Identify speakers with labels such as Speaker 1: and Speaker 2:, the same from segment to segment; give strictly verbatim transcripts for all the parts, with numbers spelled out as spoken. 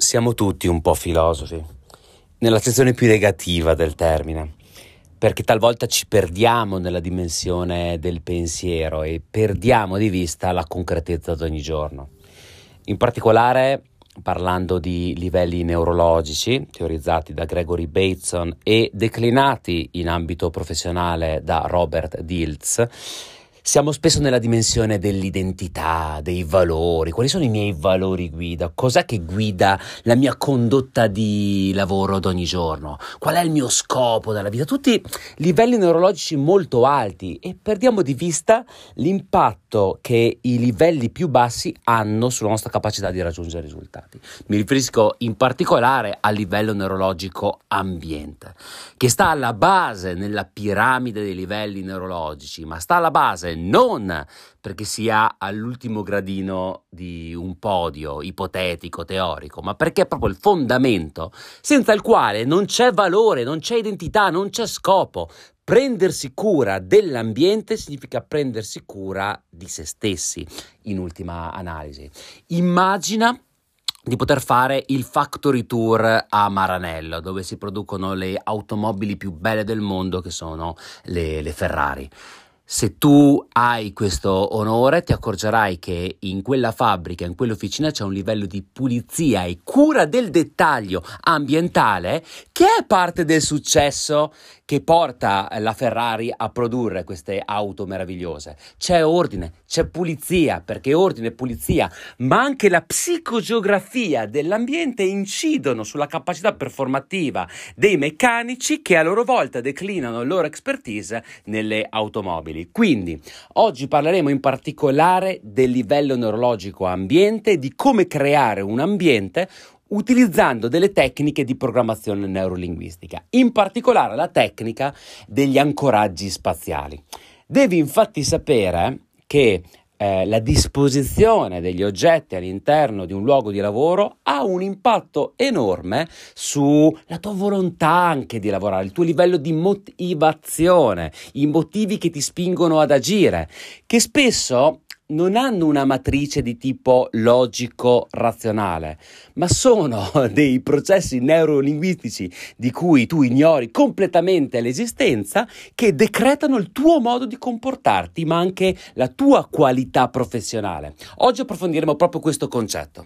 Speaker 1: Siamo tutti un po' filosofi, nell'accezione più negativa del termine, perché talvolta ci perdiamo nella dimensione del pensiero e perdiamo di vista la concretezza di ogni giorno. In particolare, parlando di livelli neurologici, teorizzati da Gregory Bateson e declinati in ambito professionale da Robert Dilts, siamo spesso nella dimensione dell'identità, dei valori. Quali sono i miei valori guida? Cos'è che guida la mia condotta di lavoro d'ogni giorno? Qual è il mio scopo della vita? Tutti livelli neurologici molto alti e perdiamo di vista l'impatto che i livelli più bassi hanno sulla nostra capacità di raggiungere risultati. Mi riferisco in particolare al livello neurologico ambiente, che sta alla base nella piramide dei livelli neurologici, ma sta alla base non perché sia all'ultimo gradino di un podio ipotetico, teorico, ma perché è proprio il fondamento senza il quale non c'è valore, non c'è identità, non c'è scopo. Prendersi cura dell'ambiente significa prendersi cura di se stessi, in ultima analisi. Immagina di poter fare il factory tour a Maranello, dove si producono le automobili più belle del mondo, che sono le, le Ferrari. Se tu hai questo onore, ti accorgerai che in quella fabbrica, in quell'officina c'è un livello di pulizia e cura del dettaglio ambientale che è parte del successo che porta la Ferrari a produrre queste auto meravigliose. C'è ordine, c'è pulizia, perché ordine e pulizia, ma anche la psicogeografia dell'ambiente incidono sulla capacità performativa dei meccanici che a loro volta declinano la loro expertise nelle automobili. Quindi oggi parleremo in particolare del livello neurologico ambiente e di come creare un ambiente utilizzando delle tecniche di programmazione neurolinguistica, in particolare la tecnica degli ancoraggi spaziali. Devi infatti sapere che eh, la disposizione degli oggetti all'interno di un luogo di lavoro ha un impatto enorme sulla tua volontà anche di lavorare, il tuo livello di motivazione, i motivi che ti spingono ad agire, che spesso non hanno una matrice di tipo logico-razionale, ma sono dei processi neurolinguistici di cui tu ignori completamente l'esistenza, che decretano il tuo modo di comportarti, ma anche la tua qualità professionale. Oggi approfondiremo proprio questo concetto.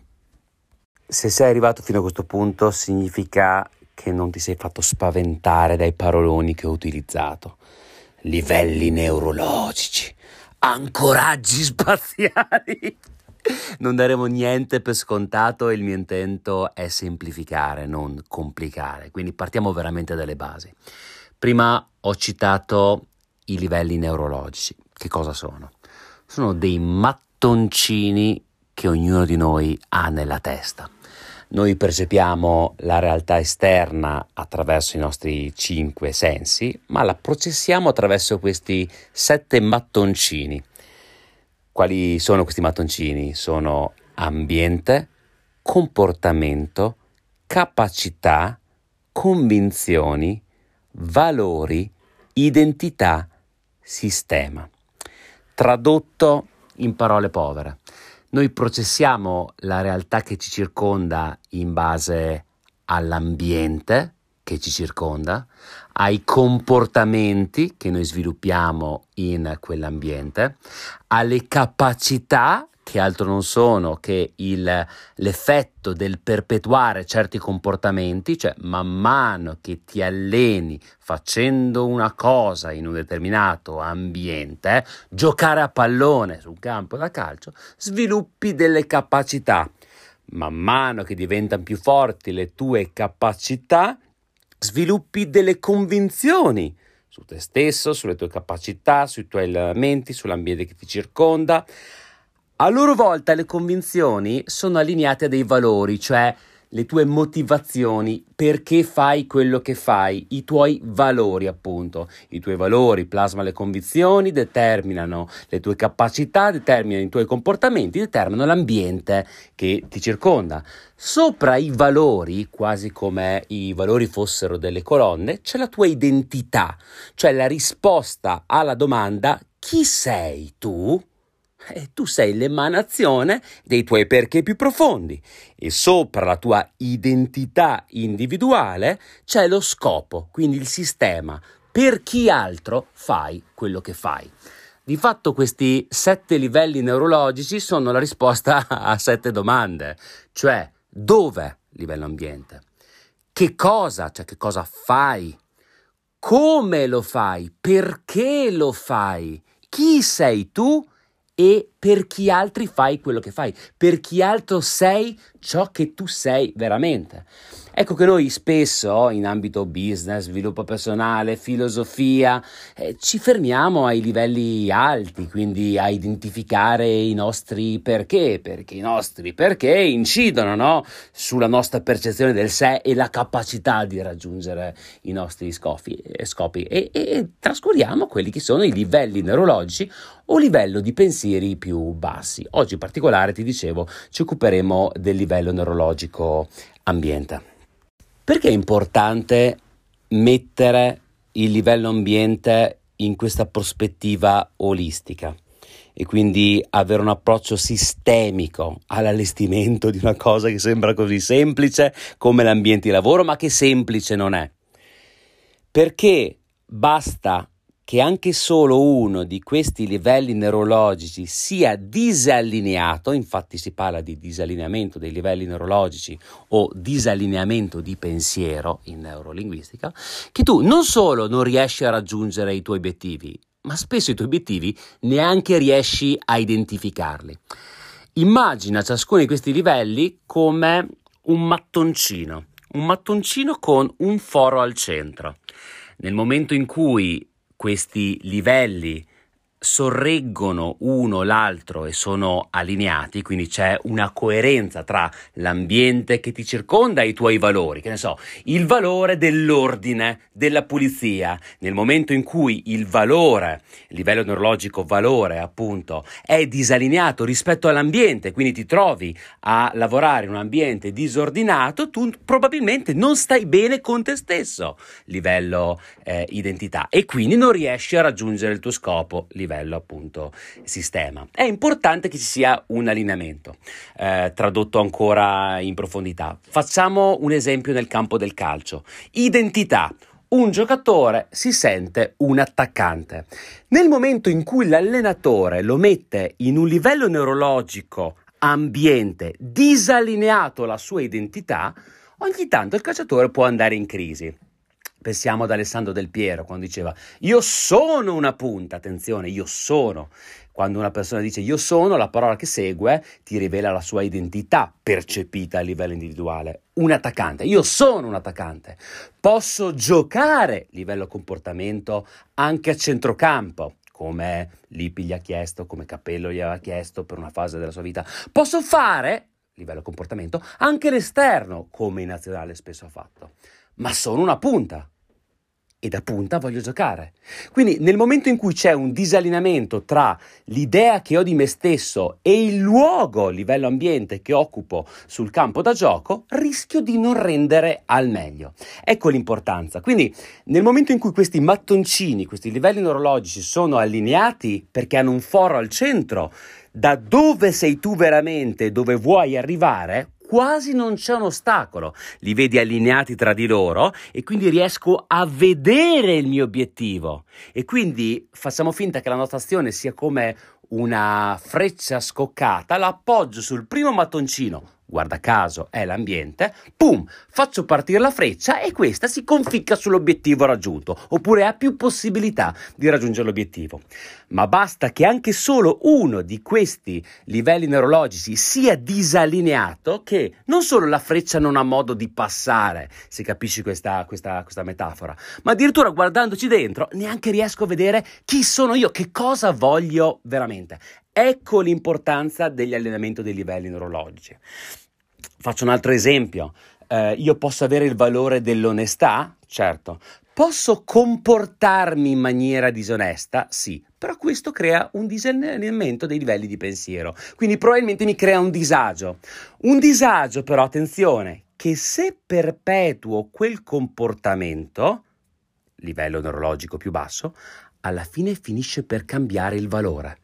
Speaker 1: Se sei arrivato fino a questo punto, significa che non ti sei fatto spaventare dai paroloni che ho utilizzato. Livelli neurologici, ancoraggi spaziali. Non daremo niente per scontato e il mio intento è semplificare, non complicare. Quindi partiamo veramente dalle basi. Prima ho citato i livelli neurologici. Che cosa sono? Sono dei mattoncini che ognuno di noi ha nella testa. Noi percepiamo la realtà esterna attraverso i nostri cinque sensi, ma la processiamo attraverso questi sette mattoncini. Quali sono questi mattoncini? Sono ambiente, comportamento, capacità, convinzioni, valori, identità, sistema. Tradotto in parole povere. Noi processiamo la realtà che ci circonda in base all'ambiente che ci circonda, ai comportamenti che noi sviluppiamo in quell'ambiente, alle capacità che altro non sono che il, l'effetto del perpetuare certi comportamenti, cioè man mano che ti alleni facendo una cosa in un determinato ambiente, eh, giocare a pallone su un campo da calcio, sviluppi delle capacità. Man mano che diventano più forti le tue capacità, sviluppi delle convinzioni su te stesso, sulle tue capacità, sui tuoi allenamenti, sull'ambiente che ti circonda. A loro volta le convinzioni sono allineate a dei valori, cioè le tue motivazioni, perché fai quello che fai, i tuoi valori appunto. I tuoi valori plasmano le convinzioni, determinano le tue capacità, determinano i tuoi comportamenti, determinano l'ambiente che ti circonda. Sopra i valori, quasi come i valori fossero delle colonne, c'è la tua identità, cioè la risposta alla domanda chi sei tu? E tu sei l'emanazione dei tuoi perché più profondi e sopra la tua identità individuale c'è lo scopo, quindi il sistema. Per chi altro fai quello che fai? Di fatto questi sette livelli neurologici sono la risposta a sette domande, cioè dove livello ambiente, che cosa, cioè che cosa fai, come lo fai, perché lo fai, chi sei tu e per chi altri fai quello che fai, per chi altro sei ciò che tu sei veramente. Ecco che noi spesso in ambito business, sviluppo personale, filosofia, eh, ci fermiamo ai livelli alti, quindi a identificare i nostri perché, perché i nostri perché incidono, no? Sulla nostra percezione del sé e la capacità di raggiungere i nostri scopi, eh, scopi e, e trascuriamo quelli che sono i livelli neurologici o livello di pensieri più bassi. Oggi in particolare, ti dicevo, ci occuperemo del livello neurologico ambiente. Perché è importante mettere il livello ambiente in questa prospettiva olistica e quindi avere un approccio sistemico all'allestimento di una cosa che sembra così semplice come l'ambiente di lavoro, ma che semplice non è? Perché basta che anche solo uno di questi livelli neurologici sia disallineato, infatti si parla di disallineamento dei livelli neurologici o disallineamento di pensiero in neurolinguistica, che tu non solo non riesci a raggiungere i tuoi obiettivi, ma spesso i tuoi obiettivi neanche riesci a identificarli. Immagina ciascuno di questi livelli come un mattoncino, un mattoncino con un foro al centro. Nel momento in cui questi livelli sorreggono uno l'altro e sono allineati, quindi c'è una coerenza tra l'ambiente che ti circonda e i tuoi valori, che ne so, il valore dell'ordine, della pulizia. Nel momento in cui il valore, il livello neurologico valore appunto, è disallineato rispetto all'ambiente, quindi ti trovi a lavorare in un ambiente disordinato, tu probabilmente non stai bene con te stesso, livello eh, identità, e quindi non riesci a raggiungere il tuo scopo, livello appunto sistema. È importante che ci sia un allineamento, eh, tradotto ancora in profondità. Facciamo un esempio nel campo del calcio. Identità. Un giocatore si sente un attaccante. Nel momento in cui l'allenatore lo mette in un livello neurologico ambiente disallineato alla sua identità, ogni tanto il calciatore può andare in crisi. Pensiamo ad Alessandro Del Piero quando diceva io sono una punta, attenzione, io sono. Quando una persona dice io sono, la parola che segue ti rivela la sua identità percepita a livello individuale. Un attaccante, io sono un attaccante. Posso giocare, livello comportamento, anche a centrocampo, come Lippi gli ha chiesto, come Capello gli aveva chiesto per una fase della sua vita. Posso fare, livello comportamento, anche l'esterno, come in nazionale spesso ha fatto. Ma sono una punta. E da punta voglio giocare. Quindi nel momento in cui c'è un disallineamento tra l'idea che ho di me stesso e il luogo, livello ambiente che occupo sul campo da gioco, rischio di non rendere al meglio. Ecco l'importanza. Quindi nel momento in cui questi mattoncini, questi livelli neurologici sono allineati perché hanno un foro al centro, da dove sei tu veramente, dove vuoi arrivare, quasi non c'è un ostacolo, li vedi allineati tra di loro e quindi riesco a vedere il mio obiettivo e quindi facciamo finta che la nostra azione sia come una freccia scoccata, la appoggio sul primo mattoncino, guarda caso è l'ambiente, pum, faccio partire la freccia e questa si conficca sull'obiettivo raggiunto, oppure ha più possibilità di raggiungere l'obiettivo. Ma basta che anche solo uno di questi livelli neurologici sia disallineato che non solo la freccia non ha modo di passare, se capisci questa, questa, questa metafora, ma addirittura guardandoci dentro neanche riesco a vedere chi sono io, che cosa voglio veramente. Ecco l'importanza dell'allenamento dei livelli neurologici. Faccio un altro esempio. Eh, io posso avere il valore dell'onestà? Certo. Posso comportarmi in maniera disonesta? Sì. Però questo crea un disallineamento dei livelli di pensiero. Quindi probabilmente mi crea un disagio. Un disagio però, attenzione, che se perpetuo quel comportamento, livello neurologico più basso, alla fine finisce per cambiare il valore.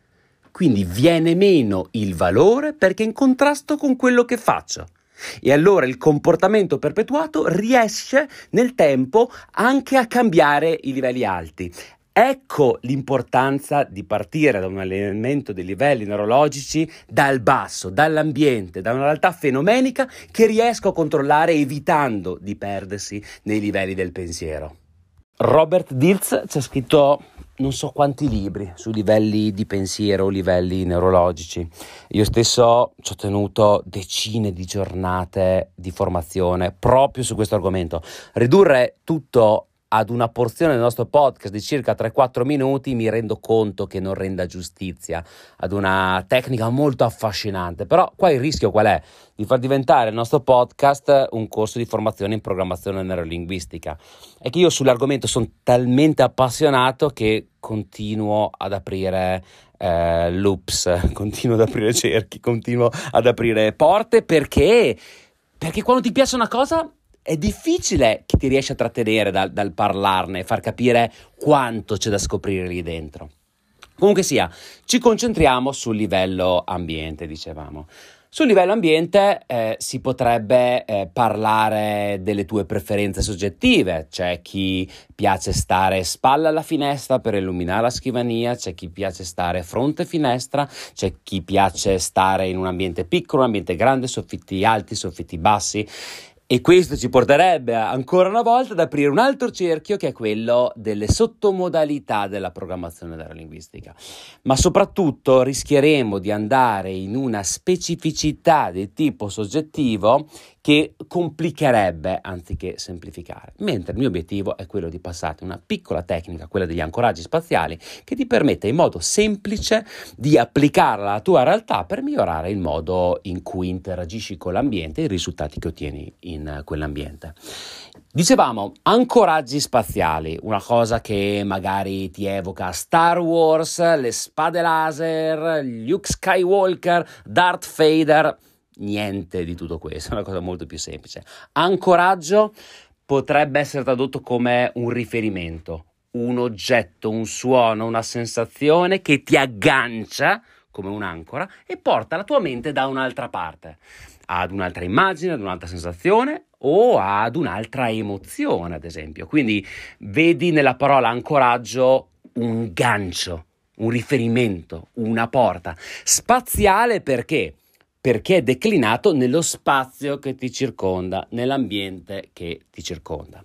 Speaker 1: quindi viene meno il valore perché è in contrasto con quello che faccio. E allora il comportamento perpetuato riesce nel tempo anche a cambiare i livelli alti. Ecco l'importanza di partire da un allenamento dei livelli neurologici dal basso, dall'ambiente, da una realtà fenomenica che riesco a controllare evitando di perdersi nei livelli del pensiero. Robert Dilts ci ha scritto non so quanti libri su livelli di pensiero, livelli neurologici. Io stesso ci ho tenuto decine di giornate di formazione proprio su questo argomento. Ridurre tutto ad una porzione del nostro podcast di circa tre quattro minuti mi rendo conto che non renda giustizia ad una tecnica molto affascinante, però qua il rischio qual è? Di far diventare il nostro podcast un corso di formazione in programmazione neurolinguistica. È che io sull'argomento sono talmente appassionato che continuo ad aprire eh, loops, continuo ad aprire cerchi, continuo ad aprire porte perché, perché quando ti piace una cosa è difficile che ti riesci a trattenere dal, dal parlarne e far capire quanto c'è da scoprire lì dentro. Comunque sia, ci concentriamo sul livello ambiente, dicevamo. Sul livello ambiente eh, si potrebbe eh, parlare delle tue preferenze soggettive. C'è chi piace stare spalla alla finestra per illuminare la scrivania, c'è chi piace stare fronte finestra, c'è chi piace stare in un ambiente piccolo, un ambiente grande, soffitti alti, soffitti bassi. E questo ci porterebbe ancora una volta ad aprire un altro cerchio che è quello delle sottomodalità della programmazione neurolinguistica. Ma soprattutto rischieremo di andare in una specificità di tipo soggettivo che complicherebbe anziché semplificare. Mentre il mio obiettivo è quello di passarti una piccola tecnica, quella degli ancoraggi spaziali, che ti permette in modo semplice di applicarla alla tua realtà per migliorare il modo in cui interagisci con l'ambiente e i risultati che ottieni in quell'ambiente. Dicevamo ancoraggi spaziali, una cosa che magari ti evoca Star Wars, le spade laser, Luke Skywalker, Darth Vader. Niente di tutto questo, è una cosa molto più semplice. Ancoraggio potrebbe essere tradotto come un riferimento, un oggetto, un suono, una sensazione che ti aggancia come un'ancora e porta la tua mente da un'altra parte, ad un'altra immagine, ad un'altra sensazione o ad un'altra emozione, ad esempio. Quindi vedi nella parola ancoraggio un gancio, un riferimento, una porta. Spaziale perché? Perché è declinato nello spazio che ti circonda, nell'ambiente che ti circonda.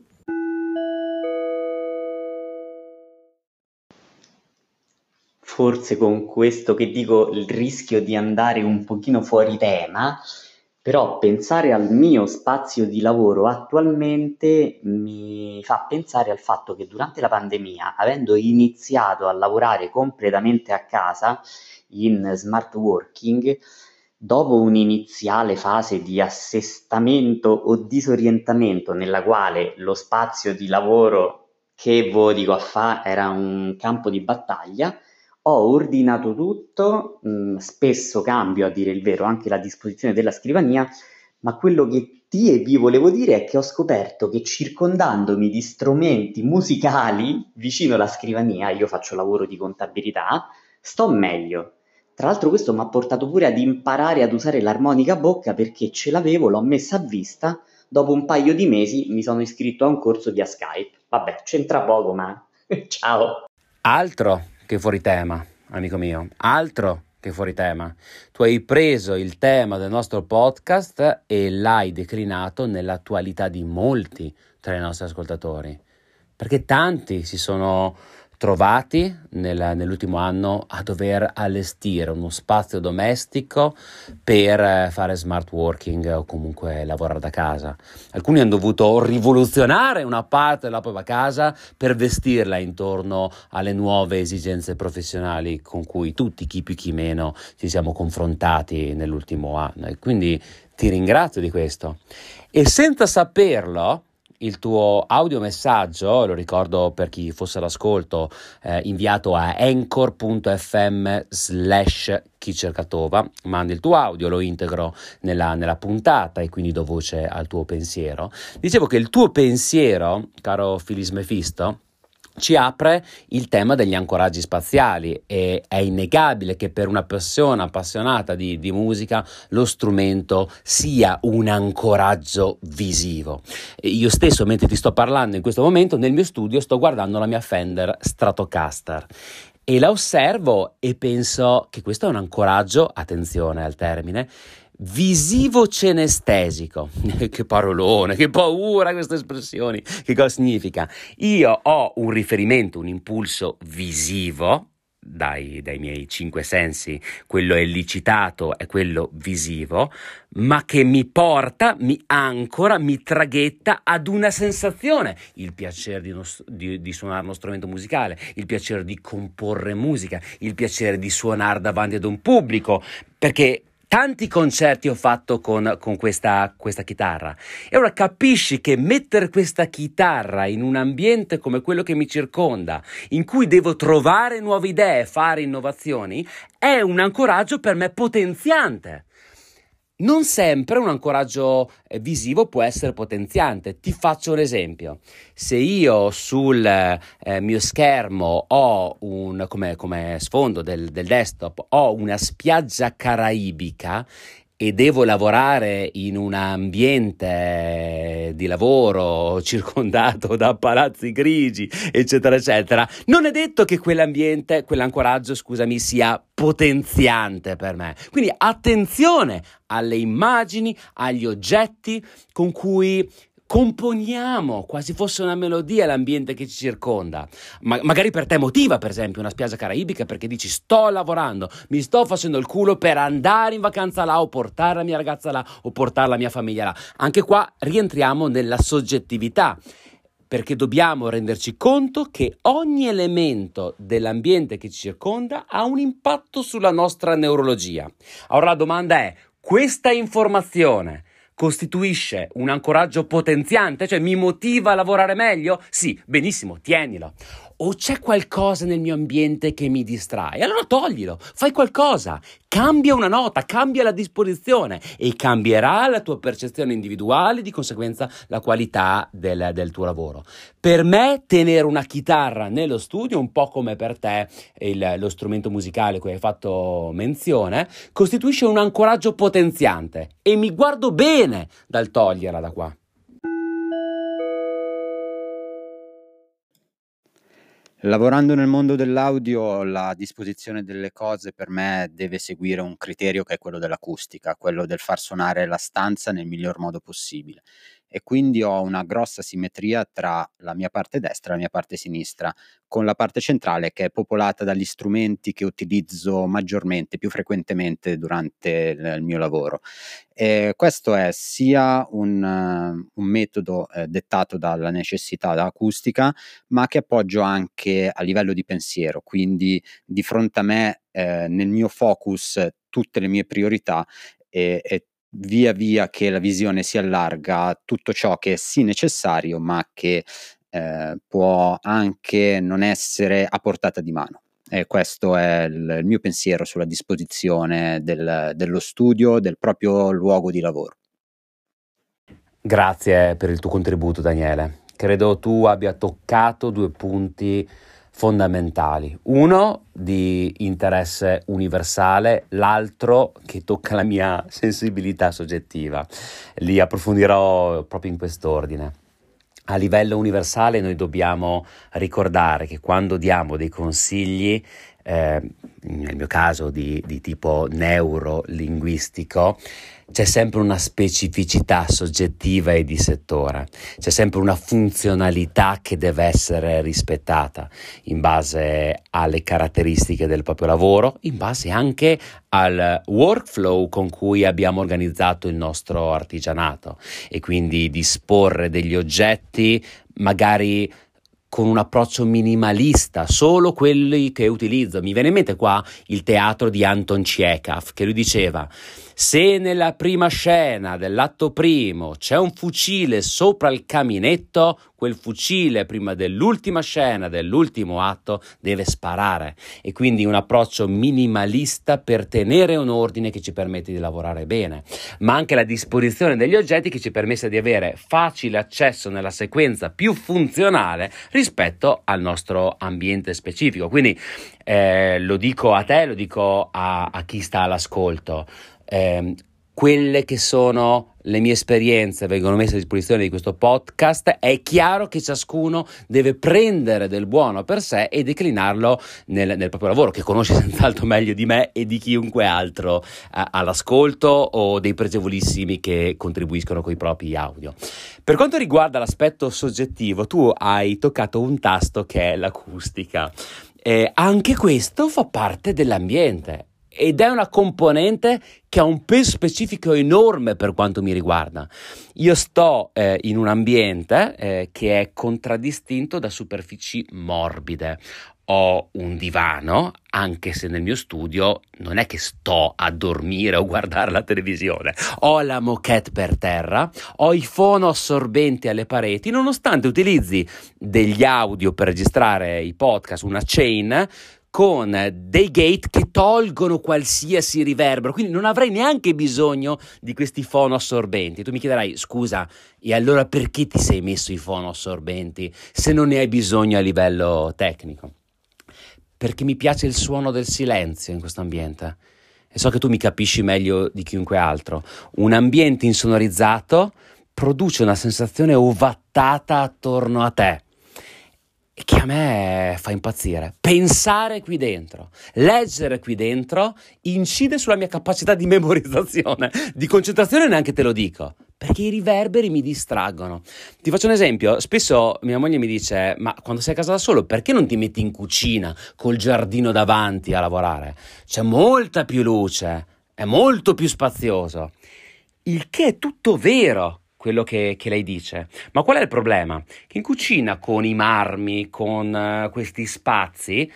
Speaker 2: Forse con questo che dico il rischio di andare un pochino fuori tema, però pensare al mio spazio di lavoro attualmente mi fa pensare al fatto che durante la pandemia, avendo iniziato a lavorare completamente a casa in smart working, dopo un'iniziale fase di assestamento o disorientamento nella quale lo spazio di lavoro che vo dico a fa era un campo di battaglia, ho ordinato tutto, mh, spesso cambio a dire il vero anche la disposizione della scrivania, ma quello che ti e vi volevo dire è che ho scoperto che circondandomi di strumenti musicali vicino alla scrivania, io faccio lavoro di contabilità, sto meglio. Tra l'altro questo mi ha portato pure ad imparare ad usare l'armonica a bocca perché ce l'avevo, l'ho messa a vista, dopo un paio di mesi mi sono iscritto a un corso via Skype. Vabbè, c'entra poco, ma ciao!
Speaker 1: Altro che fuori tema, amico mio, altro che fuori tema. Tu hai preso il tema del nostro podcast e l'hai declinato nell'attualità di molti tra i nostri ascoltatori, perché tanti si sono trovati nel, nell'ultimo anno a dover allestire uno spazio domestico per fare smart working o comunque lavorare da casa. Alcuni hanno dovuto rivoluzionare una parte della propria casa per vestirla intorno alle nuove esigenze professionali con cui tutti, chi più chi meno, ci siamo confrontati nell'ultimo anno, e quindi ti ringrazio di questo. E senza saperlo, il tuo audiomessaggio, lo ricordo per chi fosse all'ascolto, eh, inviato a anchor.fm slash chi cerca Tova, mandi il tuo audio, lo integro nella, nella puntata e quindi do voce al tuo pensiero. Dicevo che il tuo pensiero, caro Filis Mefisto, ci apre il tema degli ancoraggi spaziali, e è innegabile che per una persona appassionata di, di musica lo strumento sia un ancoraggio visivo. Io stesso, mentre ti sto parlando in questo momento, nel mio studio sto guardando la mia Fender Stratocaster e la osservo e penso che questo è un ancoraggio, attenzione al termine, visivo cenestesico. Che parolone, che paura queste espressioni, che cosa significa? Io ho un riferimento, un impulso visivo dai, dai miei cinque sensi, quello ellicitato è quello visivo, ma che mi porta, mi ancora, mi traghetta ad una sensazione, il piacere di, uno, di, di suonare uno strumento musicale, il piacere di comporre musica, il piacere di suonare davanti ad un pubblico, perché tanti concerti ho fatto con, con questa, questa chitarra, e ora capisci che mettere questa chitarra in un ambiente come quello che mi circonda, in cui devo trovare nuove idee, fare innovazioni, è un ancoraggio per me potenziante. Non sempre un ancoraggio eh, visivo può essere potenziante. Ti faccio un esempio. Se io sul eh, mio schermo ho un, come, come sfondo del, del desktop, ho una spiaggia caraibica e devo lavorare in un ambiente di lavoro circondato da palazzi grigi, eccetera, eccetera, non è detto che quell'ambiente, quell'ancoraggio, scusami, sia potenziante per me. Quindi attenzione alle immagini, agli oggetti con cui componiamo quasi fosse una melodia l'ambiente che ci circonda. Ma- magari per te motiva, per esempio, una spiaggia caraibica perché dici sto lavorando, mi sto facendo il culo per andare in vacanza là o portare la mia ragazza là o portare la mia famiglia là. Anche qua rientriamo nella soggettività, perché dobbiamo renderci conto che ogni elemento dell'ambiente che ci circonda ha un impatto sulla nostra neurologia. Allora la domanda è: questa informazione costituisce un ancoraggio potenziante? Cioè mi motiva a lavorare meglio? Sì, benissimo, tienilo. O c'è qualcosa nel mio ambiente che mi distrae? Allora toglilo, fai qualcosa, cambia una nota, cambia la disposizione e cambierà la tua percezione individuale, di conseguenza la qualità del, del tuo lavoro. Per me tenere una chitarra nello studio, un po' come per te il, lo strumento musicale cui hai fatto menzione, costituisce un ancoraggio potenziante e mi guardo bene dal toglierla da qua.
Speaker 3: Lavorando nel mondo dell'audio, la disposizione delle cose per me deve seguire un criterio che è quello dell'acustica, quello del far suonare la stanza nel miglior modo possibile. E quindi ho una grossa simmetria tra la mia parte destra e la mia parte sinistra, con la parte centrale che è popolata dagli strumenti che utilizzo maggiormente, più frequentemente durante il mio lavoro. E questo è sia un, uh, un metodo eh, dettato dalla necessità acustica, ma che appoggio anche a livello di pensiero, quindi di fronte a me, eh, nel mio focus, tutte le mie priorità e, e via via che la visione si allarga, tutto ciò che è sì necessario, ma che eh, può anche non essere a portata di mano. E questo è il, il mio pensiero sulla disposizione del, dello studio, del proprio luogo di lavoro.
Speaker 1: Grazie per il tuo contributo, Daniele. Credo tu abbia toccato due punti fondamentali, uno di interesse universale, l'altro che tocca la mia sensibilità soggettiva. Li approfondirò proprio in quest'ordine. A livello universale noi dobbiamo ricordare che quando diamo dei consigli, eh, nel mio caso di, di tipo neurolinguistico, c'è sempre una specificità soggettiva e di settore, c'è sempre una funzionalità che deve essere rispettata in base alle caratteristiche del proprio lavoro, in base anche al workflow con cui abbiamo organizzato il nostro artigianato, e quindi disporre degli oggetti magari con un approccio minimalista, solo quelli che utilizzo. Mi viene in mente qua il teatro di Anton Chekhov, che lui diceva: Se nella prima scena dell'atto primo c'è un fucile sopra il caminetto, quel fucile prima dell'ultima scena, dell'ultimo atto, deve sparare. E quindi un approccio minimalista per tenere un ordine che ci permette di lavorare bene, ma anche la disposizione degli oggetti che ci permette di avere facile accesso nella sequenza più funzionale rispetto al nostro ambiente specifico. Quindi eh, lo dico a te, lo dico a, a chi sta all'ascolto. Eh, quelle che sono le mie esperienze vengono messe a disposizione di questo podcast. È chiaro che ciascuno deve prendere del buono per sé e declinarlo nel, nel proprio lavoro, che conosce senz'altro meglio di me e di chiunque altro eh, all'ascolto o dei pregevolissimi che contribuiscono con i propri audio. Per quanto riguarda l'aspetto soggettivo, tu hai toccato un tasto che è l'acustica. Eh, anche questo fa parte dell'ambiente. Ed è una componente che ha un peso specifico enorme per quanto mi riguarda. Io sto eh, in un ambiente eh, che è contraddistinto da superfici morbide. Ho un divano, anche se nel mio studio non è che sto a dormire o guardare la televisione. Ho la moquette per terra, ho i fonoassorbenti alle pareti, nonostante utilizzi degli audio per registrare i podcast, una chain con dei gate che tolgono qualsiasi riverbero, quindi non avrei neanche bisogno di questi fonoassorbenti. Tu mi chiederai, scusa, e allora perché ti sei messo i fonoassorbenti se non ne hai bisogno a livello tecnico? Perché mi piace il suono del silenzio in questo ambiente e so che tu mi capisci meglio di chiunque altro. Un ambiente insonorizzato produce una sensazione ovattata attorno a te, che a me fa impazzire. Pensare qui dentro, leggere qui dentro incide sulla mia capacità di memorizzazione, di concentrazione neanche te lo dico, perché i riverberi mi distraggono. Ti faccio un esempio: spesso mia moglie mi dice, ma quando sei a casa da solo perché non ti metti in cucina col giardino davanti a lavorare? C'è molta più luce, è molto più spazioso. Il che è tutto vero, quello che, che lei dice. Ma qual è il problema? Che in cucina, con i marmi, con uh, questi spazi,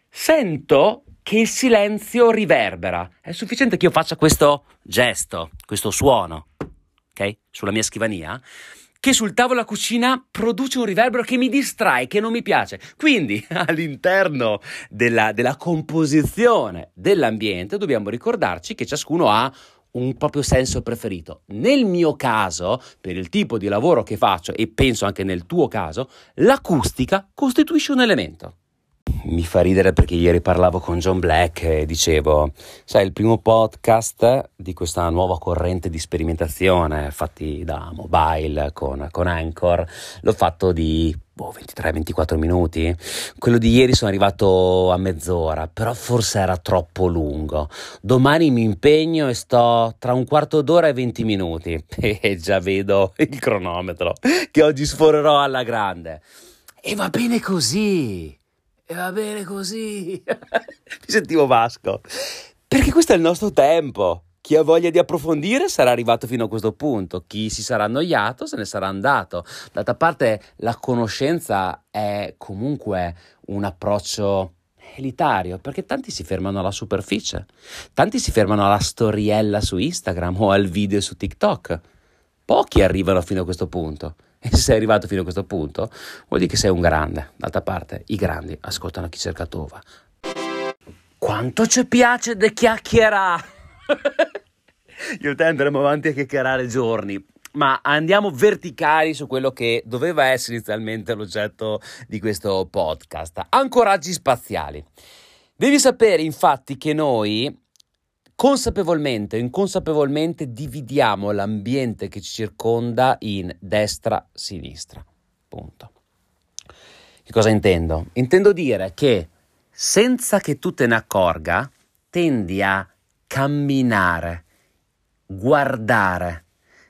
Speaker 1: sento che il silenzio riverbera. È sufficiente che io faccia questo gesto, questo suono, ok? Sulla mia scrivania, che sul tavolo della cucina produce un riverbero che mi distrae, che non mi piace. Quindi all'interno della, della composizione dell'ambiente dobbiamo ricordarci che ciascuno ha un proprio senso preferito. Nel mio caso, per il tipo di lavoro che faccio, e penso anche nel tuo caso, l'acustica costituisce un elemento. Mi fa ridere perché ieri parlavo con John Black e dicevo, sai, il primo podcast di questa nuova corrente di sperimentazione fatti da mobile con, con Anchor, l'ho fatto di boh, ventitré ventiquattro minuti. Quello di ieri sono arrivato a mezz'ora, però forse era troppo lungo. Domani mi impegno e sto tra un quarto d'ora e venti minuti e già vedo il cronometro che oggi sforerò alla grande. E va bene così. E va bene così. Mi sentivo Vasco. Perché questo è il nostro tempo. Chi ha voglia di approfondire sarà arrivato fino a questo punto. Chi si sarà annoiato se ne sarà andato. D'altra parte la conoscenza è comunque un approccio elitario, perché tanti si fermano alla superficie. Tanti si fermano alla storiella su Instagram o al video su TikTok. Pochi arrivano fino a questo punto. E se sei arrivato fino a questo punto, vuol dire che sei un grande. D'altra parte, i grandi ascoltano chi cerca tova. Quanto ci piace de chiacchierare! Io e te andremo avanti a chiacchierare giorni, ma andiamo verticali su quello che doveva essere inizialmente l'oggetto di questo podcast. Ancoraggi spaziali. Devi sapere, infatti, che noi consapevolmente o inconsapevolmente dividiamo l'ambiente che ci circonda in destra-sinistra. Punto. Che cosa intendo? Intendo dire che senza che tu te ne accorga, tendi a camminare, guardare,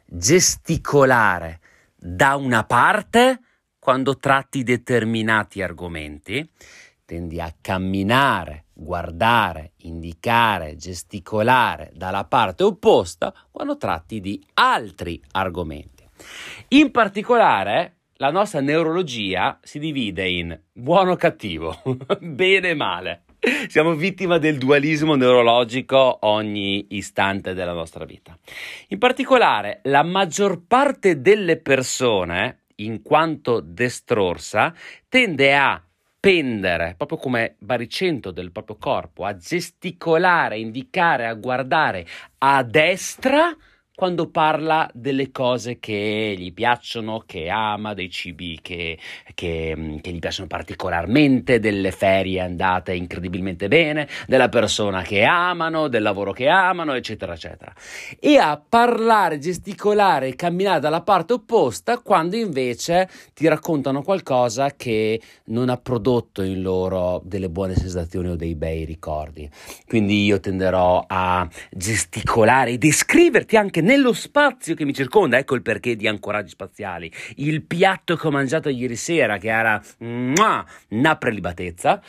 Speaker 1: gesticolare da una parte quando tratti determinati argomenti, tendi a camminare, guardare, indicare, gesticolare dalla parte opposta quando tratti di altri argomenti. In particolare, la nostra neurologia si divide in buono o cattivo, bene e male. Siamo vittima del dualismo neurologico ogni istante della nostra vita. In particolare, la maggior parte delle persone, in quanto destrorsa, tende a pendere, proprio come baricentro del proprio corpo, a gesticolare, indicare, a guardare a destra quando parla delle cose che gli piacciono, che ama, dei cibi che, che, che gli piacciono particolarmente, delle ferie andate incredibilmente bene, della persona che amano, del lavoro che amano, eccetera, eccetera. E a parlare, gesticolare, camminare dalla parte opposta quando invece ti raccontano qualcosa che non ha prodotto in loro delle buone sensazioni o dei bei ricordi. Quindi io tenderò a gesticolare e descriverti anche nello spazio che mi circonda. Ecco il perché di ancoraggi spaziali. Il piatto che ho mangiato ieri sera, che era mua, una prelibatezza,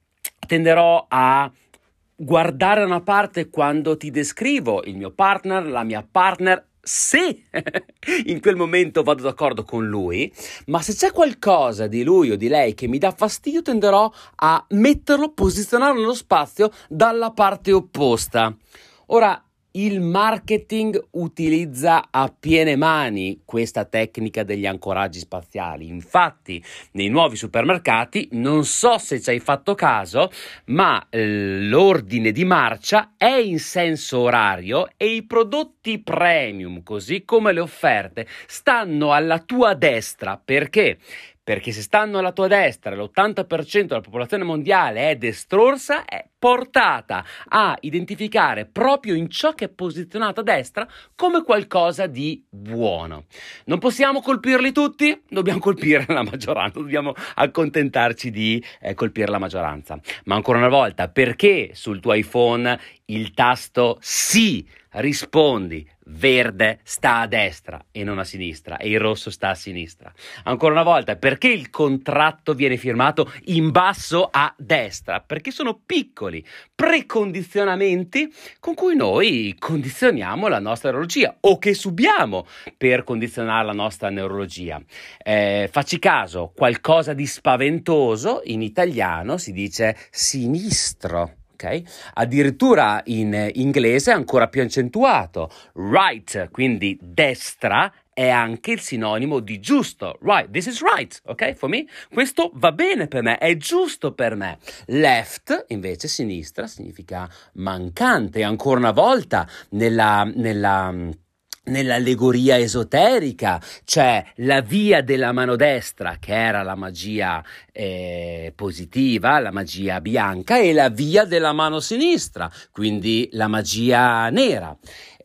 Speaker 1: tenderò a guardare da una parte quando ti descrivo il mio partner, la mia partner, se in quel momento vado d'accordo con lui, ma se c'è qualcosa di lui o di lei che mi dà fastidio, tenderò a metterlo, posizionarlo nello spazio dalla parte opposta. Ora, il marketing utilizza a piene mani questa tecnica degli ancoraggi spaziali. Infatti, nei nuovi supermercati, non so se ci hai fatto caso, ma eh, l'ordine di marcia è in senso orario e i prodotti premium, così come le offerte, stanno alla tua destra. Perché? Perché se stanno alla tua destra, l'ottanta per cento della popolazione mondiale è destrorsa, è portata a identificare proprio in ciò che è posizionato a destra come qualcosa di buono. Non possiamo colpirli tutti, dobbiamo colpire la maggioranza, dobbiamo accontentarci di eh, colpire la maggioranza. Ma ancora una volta, perché sul tuo iPhone il tasto sì rispondi verde sta a destra e non a sinistra e il rosso sta a sinistra? Ancora una volta, perché il contratto viene firmato in basso a destra? Perché sono piccoli precondizionamenti con cui noi condizioniamo la nostra neurologia o che subiamo per condizionare la nostra neurologia. Eh, facci caso, qualcosa di spaventoso in italiano si dice sinistro. Okay? Addirittura in inglese è ancora più accentuato. Right, quindi destra, è anche il sinonimo di giusto. Right, this is right, ok? For me, questo va bene per me, è giusto per me. Left, invece, sinistra, significa mancante. E ancora una volta, nella... nella Nell'allegoria esoterica c'è la via della mano destra, che era la magia eh, positiva, la magia bianca, e la via della mano sinistra, quindi la magia nera.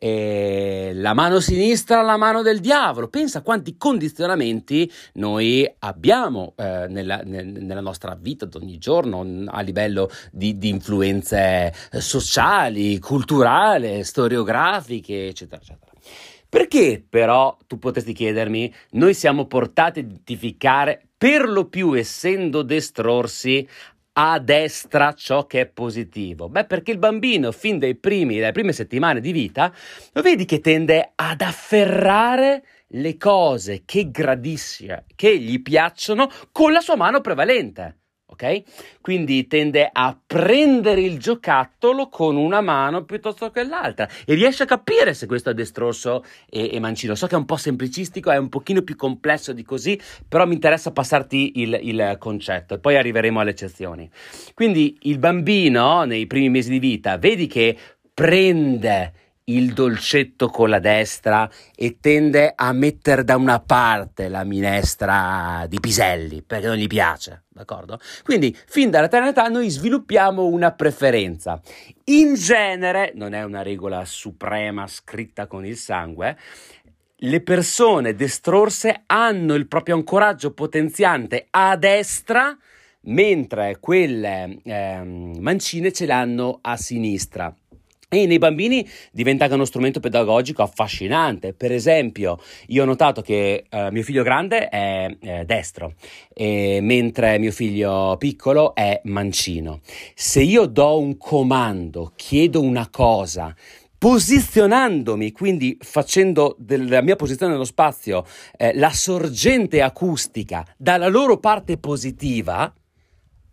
Speaker 1: E la mano sinistra, la mano del diavolo. Pensa quanti condizionamenti noi abbiamo eh, nella, nel, nella nostra vita di ogni giorno a livello di, di influenze sociali, culturali, storiografiche, eccetera, eccetera. Perché però, tu potresti chiedermi, noi siamo portati a identificare, per lo più essendo destrorsi, a destra ciò che è positivo? Beh, perché il bambino, fin dai primi, dalle prime settimane di vita, lo vedi che tende ad afferrare le cose che gradisce, che gli piacciono, con la sua mano prevalente. Ok? Quindi tende a prendere il giocattolo con una mano piuttosto che l'altra e riesce a capire se questo è destrorso e, e mancino. So che è un po' semplicistico, è un pochino più complesso di così, però mi interessa passarti il, il concetto e poi arriveremo alle eccezioni. Quindi il bambino nei primi mesi di vita vedi che prende il dolcetto con la destra e tende a mettere da una parte la minestra di piselli perché non gli piace, d'accordo? Quindi fin dalla tenera età noi sviluppiamo una preferenza. In genere, non è una regola suprema scritta con il sangue, le persone destrorse hanno il proprio ancoraggio potenziante a destra, mentre quelle eh, mancine ce l'hanno a sinistra. E nei bambini diventa anche uno strumento pedagogico affascinante. Per esempio, io ho notato che uh, mio figlio grande è, è destro, e mentre mio figlio piccolo è mancino. Se io do un comando, chiedo una cosa, posizionandomi, quindi facendo della mia posizione nello spazio eh, la sorgente acustica dalla loro parte positiva,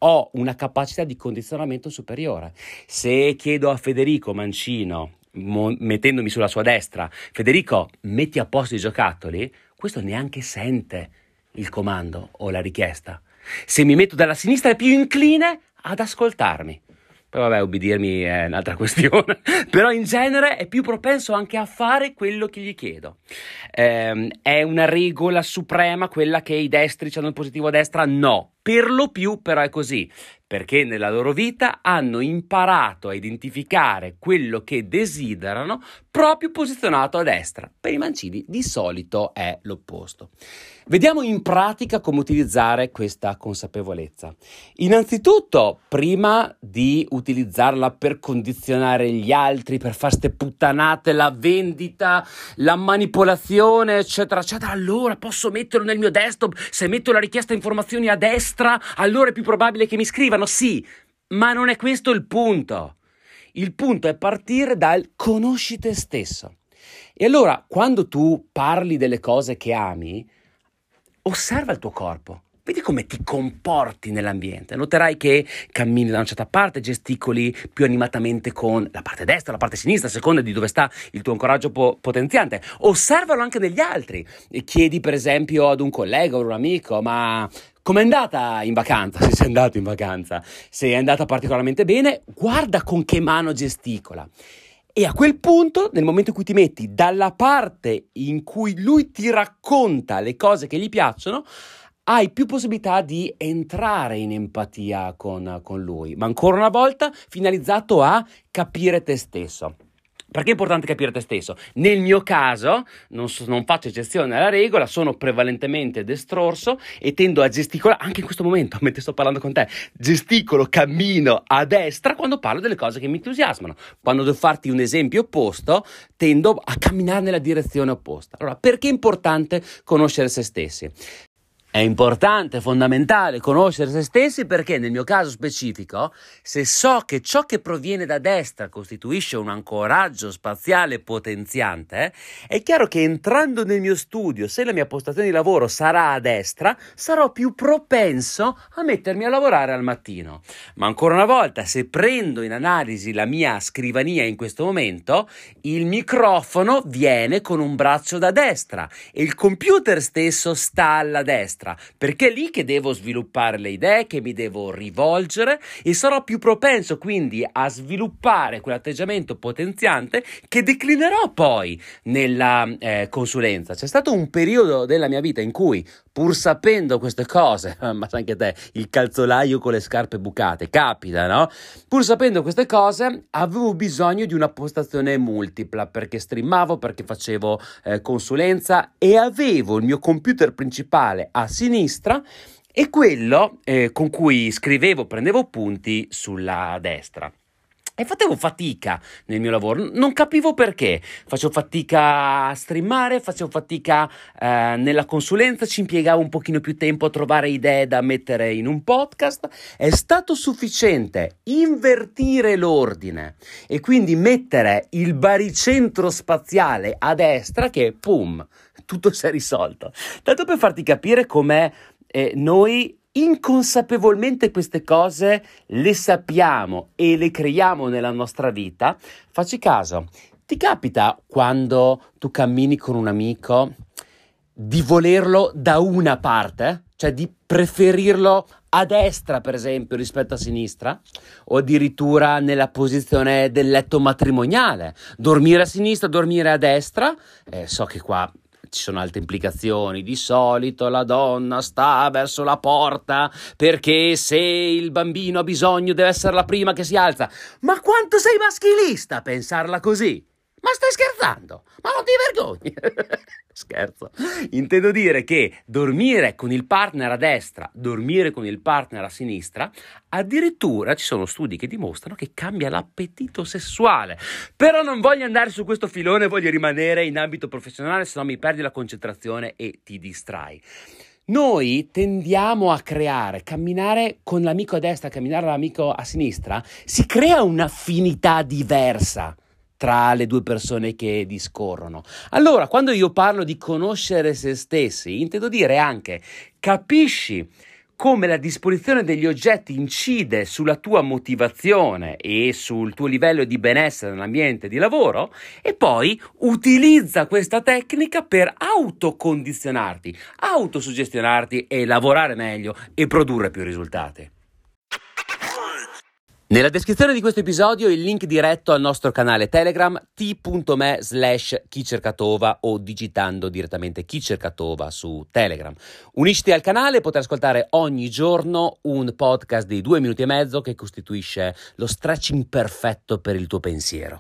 Speaker 1: ho una capacità di condizionamento superiore. Se chiedo a Federico Mancino, mo- mettendomi sulla sua destra, Federico, metti a posto i giocattoli, questo neanche sente il comando o la richiesta. Se mi metto dalla sinistra è più incline ad ascoltarmi. Poi vabbè, ubbidirmi è un'altra questione, però in genere è più propenso anche a fare quello che gli chiedo. Ehm, è una regola suprema quella che i destri hanno il positivo a destra? No, per lo più però è così, perché nella loro vita hanno imparato a identificare quello che desiderano proprio posizionato a destra. Per i mancini di solito è l'opposto. Vediamo in pratica come utilizzare questa consapevolezza. Innanzitutto, prima di utilizzarla per condizionare gli altri, per fare ste puttanate, la vendita, la manipolazione, eccetera, eccetera, allora posso metterlo nel mio desktop, se metto la richiesta informazioni a destra, allora è più probabile che mi scrivano, sì, ma non è questo il punto. Il punto è partire dal conosci te stesso. E allora, quando tu parli delle cose che ami, osserva il tuo corpo, vedi come ti comporti nell'ambiente. Noterai che cammini da una certa parte, gesticoli più animatamente con la parte destra, la parte sinistra, a seconda di dove sta il tuo ancoraggio po- potenziante. Osservalo anche negli altri. E chiedi per esempio ad un collega o un amico, ma com'è andata in vacanza? Se sei andato in vacanza, se è andata particolarmente bene, guarda con che mano gesticola. E a quel punto, nel momento in cui ti metti dalla parte in cui lui ti racconta le cose che gli piacciono, hai più possibilità di entrare in empatia con, con lui, ma ancora una volta finalizzato a capire te stesso. Perché è importante capire te stesso? Nel mio caso, non, so, non faccio eccezione alla regola, sono prevalentemente destrorso e tendo a gesticolare, anche in questo momento, mentre sto parlando con te, gesticolo, cammino a destra quando parlo delle cose che mi entusiasmano. Quando devo farti un esempio opposto, tendo a camminare nella direzione opposta. Allora, perché è importante conoscere se stessi? È importante, fondamentale conoscere se stessi perché nel mio caso specifico, se so che ciò che proviene da destra costituisce un ancoraggio spaziale potenziante, è chiaro che entrando nel mio studio, se la mia postazione di lavoro sarà a destra, sarò più propenso a mettermi a lavorare al mattino. Ma ancora una volta, se prendo in analisi la mia scrivania in questo momento, il microfono viene con un braccio da destra e il computer stesso sta alla destra. Perché è lì che devo sviluppare le idee, che mi devo rivolgere e sarò più propenso quindi a sviluppare quell'atteggiamento potenziante che declinerò poi nella eh, consulenza. C'è stato un periodo della mia vita in cui, pur sapendo queste cose, ma anche te, il calzolaio con le scarpe bucate, capita, no? Pur sapendo queste cose, avevo bisogno di una postazione multipla, perché streamavo, perché facevo eh, consulenza e avevo il mio computer principale a sinistra e quello eh, con cui scrivevo, prendevo punti sulla destra. E facevo fatica nel mio lavoro, non capivo perché, facevo fatica a streamare, facevo fatica eh, nella consulenza, ci impiegavo un pochino più tempo a trovare idee da mettere in un podcast. È stato sufficiente invertire l'ordine e quindi mettere il baricentro spaziale a destra che, pum, tutto si è risolto. Tanto per farti capire com'è eh, noi inconsapevolmente queste cose le sappiamo e le creiamo nella nostra vita. Facci caso, ti capita quando tu cammini con un amico di volerlo da una parte? Cioè di preferirlo a destra, per esempio, rispetto a sinistra? O addirittura nella posizione del letto matrimoniale? Dormire a sinistra, dormire a destra? Eh, so che qua ci sono altre implicazioni. Di solito la donna sta verso la porta perché se il bambino ha bisogno deve essere la prima che si alza. Ma quanto sei maschilista a pensarla così? Ma stai scherzando? Ma non ti vergogni? Scherzo. Intendo dire che dormire con il partner a destra, dormire con il partner a sinistra, addirittura ci sono studi che dimostrano che cambia l'appetito sessuale. Però non voglio andare su questo filone, voglio rimanere in ambito professionale, se no mi perdi la concentrazione e ti distrai. Noi tendiamo a creare, camminare con l'amico a destra, camminare con l'amico a sinistra, si crea un'affinità diversa tra le due persone che discorrono. Allora, quando io parlo di conoscere se stessi, intendo dire anche capisci come la disposizione degli oggetti incide sulla tua motivazione e sul tuo livello di benessere nell'ambiente di lavoro, e poi utilizza questa tecnica per autocondizionarti, autosuggestionarti e lavorare meglio e produrre più risultati. Nella descrizione di questo episodio il link diretto al nostro canale Telegram t.me slash chicercatova o digitando direttamente chicercatova su Telegram. Unisciti al canale e potrai ascoltare ogni giorno un podcast di due minuti e mezzo che costituisce lo stretching perfetto per il tuo pensiero.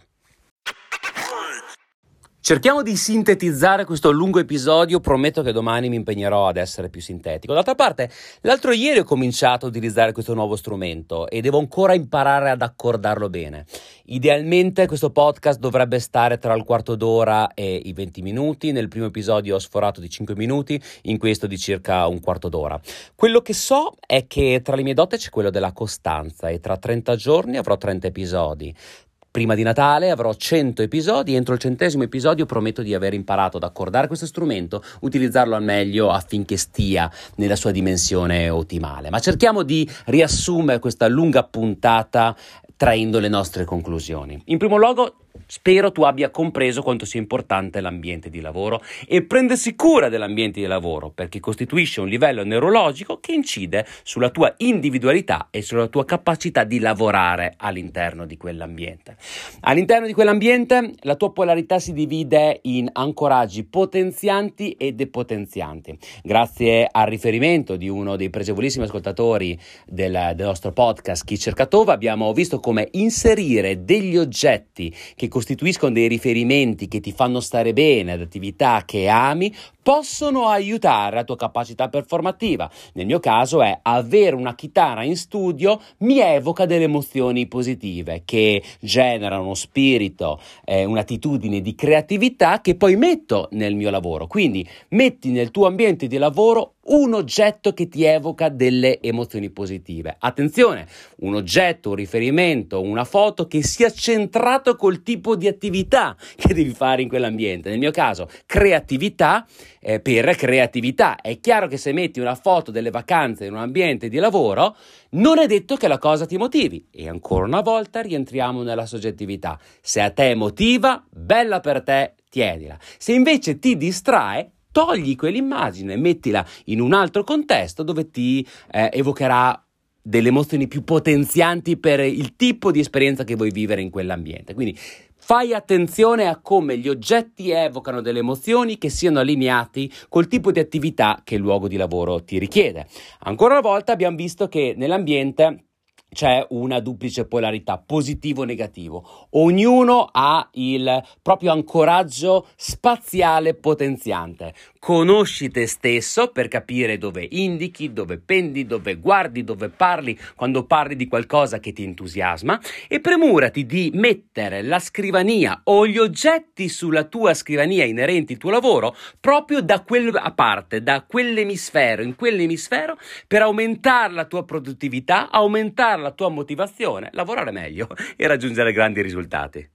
Speaker 1: Cerchiamo di sintetizzare questo lungo episodio, prometto che domani mi impegnerò ad essere più sintetico. D'altra parte, l'altro ieri ho cominciato a utilizzare questo nuovo strumento e devo ancora imparare ad accordarlo bene. Idealmente questo podcast dovrebbe stare tra il quarto d'ora e i venti minuti. Nel primo episodio ho sforato di cinque minuti, in questo di circa un quarto d'ora. Quello che so è che tra le mie doti c'è quello della costanza e tra trenta giorni avrò trenta episodi. Prima di Natale avrò cento episodi, entro il centesimo episodio prometto di aver imparato ad accordare questo strumento, utilizzarlo al meglio affinché stia nella sua dimensione ottimale. Ma cerchiamo di riassumere questa lunga puntata traendo le nostre conclusioni. In primo luogo, spero tu abbia compreso quanto sia importante l'ambiente di lavoro e prendersi cura dell'ambiente di lavoro, perché costituisce un livello neurologico che incide sulla tua individualità e sulla tua capacità di lavorare all'interno di quell'ambiente. All'interno di quell'ambiente la tua polarità si divide in ancoraggi potenzianti e depotenzianti. Grazie al riferimento di uno dei pregevolissimi ascoltatori del, del nostro podcast Chicercatova abbiamo visto come inserire degli oggetti che costituiscono dei riferimenti che ti fanno stare bene ad attività che ami possono aiutare la tua capacità performativa. Nel mio caso è avere una chitarra in studio mi evoca delle emozioni positive che generano uno spirito, eh, un'attitudine di creatività che poi metto nel mio lavoro. Quindi metti nel tuo ambiente di lavoro un oggetto che ti evoca delle emozioni positive. Attenzione, un oggetto, un riferimento, una foto che sia centrato col tipo di attività che devi fare in quell'ambiente. Nel mio caso, creatività eh, per creatività. È chiaro che se metti una foto delle vacanze in un ambiente di lavoro, non è detto che la cosa ti motivi. E ancora una volta rientriamo nella soggettività. Se a te motiva, bella per te, tienila. Se invece ti distrae, togli quell'immagine, mettila in un altro contesto dove ti eh, evocherà delle emozioni più potenzianti per il tipo di esperienza che vuoi vivere in quell'ambiente. Quindi fai attenzione a come gli oggetti evocano delle emozioni che siano allineati col tipo di attività che il luogo di lavoro ti richiede. Ancora una volta abbiamo visto che nell'ambiente c'è una duplice polarità, positivo-negativo. Ognuno ha il proprio ancoraggio spaziale potenziante. Conosci te stesso per capire dove indichi, dove pendi, dove guardi, dove parli, quando parli di qualcosa che ti entusiasma, e premurati di mettere la scrivania o gli oggetti sulla tua scrivania inerenti al tuo lavoro proprio da quella parte, da quell'emisfero, in quell'emisfero, per aumentare la tua produttività, aumentare la tua motivazione, lavorare meglio e raggiungere grandi risultati.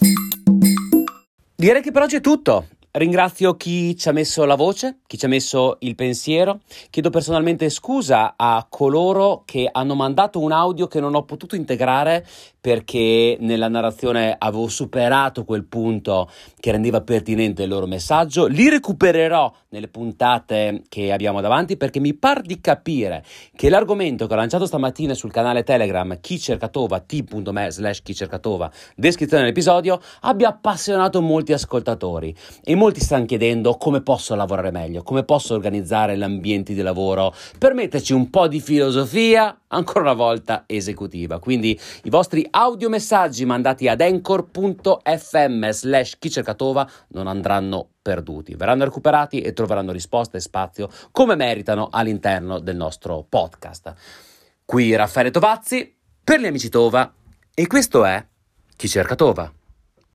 Speaker 1: Direi che per oggi è tutto. Ringrazio chi ci ha messo la voce, chi ci ha messo il pensiero. Chiedo personalmente scusa a coloro che hanno mandato un audio che non ho potuto integrare perché nella narrazione avevo superato quel punto che rendeva pertinente il loro messaggio. Li recupererò nelle puntate che abbiamo davanti, perché mi par di capire che l'argomento che ho lanciato stamattina sul canale Telegram Chicercatova, t.me slash Chicercatova, descrizione dell'episodio, abbia appassionato molti ascoltatori e molti stanno chiedendo come posso lavorare meglio, come posso organizzare l'ambiente di lavoro per metterci un po' di filosofia, ancora una volta esecutiva. Quindi i vostri audiomessaggi mandati ad anchor.fm slash Chicercatova non andranno perduti, verranno recuperati e troveranno risposte e spazio come meritano all'interno del nostro podcast. Qui Raffaele Tovazzi per gli amici Tova e questo è Chicercatova.